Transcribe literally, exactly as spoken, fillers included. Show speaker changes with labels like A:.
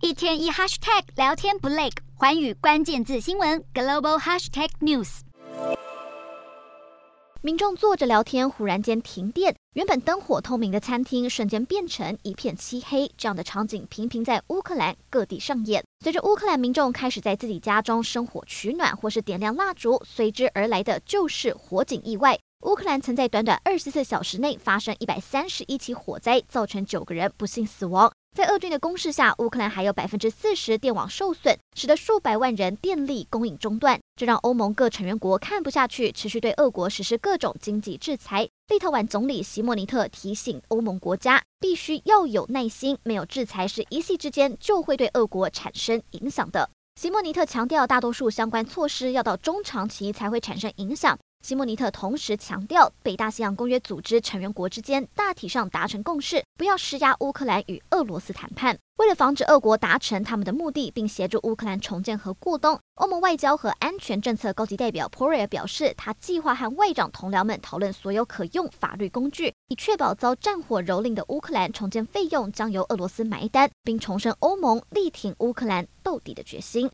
A: 一天一 hashtag 聊天不累，寰宇关键字新闻 global hashtag news。
B: 民众坐着聊天，忽然间停电，原本灯火通明的餐厅瞬间变成一片漆黑。这样的场景频频在乌克兰各地上演。随着乌克兰民众开始在自己家中生火取暖，或是点亮蜡烛，随之而来的就是火警意外。乌克兰曾在短短二十四小时内发生一百三十一起火灾，造成九个人不幸死亡。在俄军的攻势下，乌克兰还有百分之四十电网受损，使得数百万人电力供应中断。这让欧盟各成员国看不下去，持续对俄国实施各种经济制裁。立陶宛总理席莫尼特提醒欧盟国家，必须要有耐心，没有制裁是一夕之间就会对俄国产生影响的。席莫尼特强调，大多数相关措施要到中长期才会产生影响。席莫尼特同时强调，北大西洋公约组织成员国之间大体上达成共识，不要施压乌克兰与俄罗斯谈判。为了防止俄国达成他们的目的，并协助乌克兰重建和过冬，欧盟外交和安全政策高级代表普瑞尔表示，他计划和外长同僚们讨论所有可用法律工具，以确保遭战火蹂躏的乌克兰重建费用将由俄罗斯买单，并重申欧盟力挺乌克兰斗底的决心。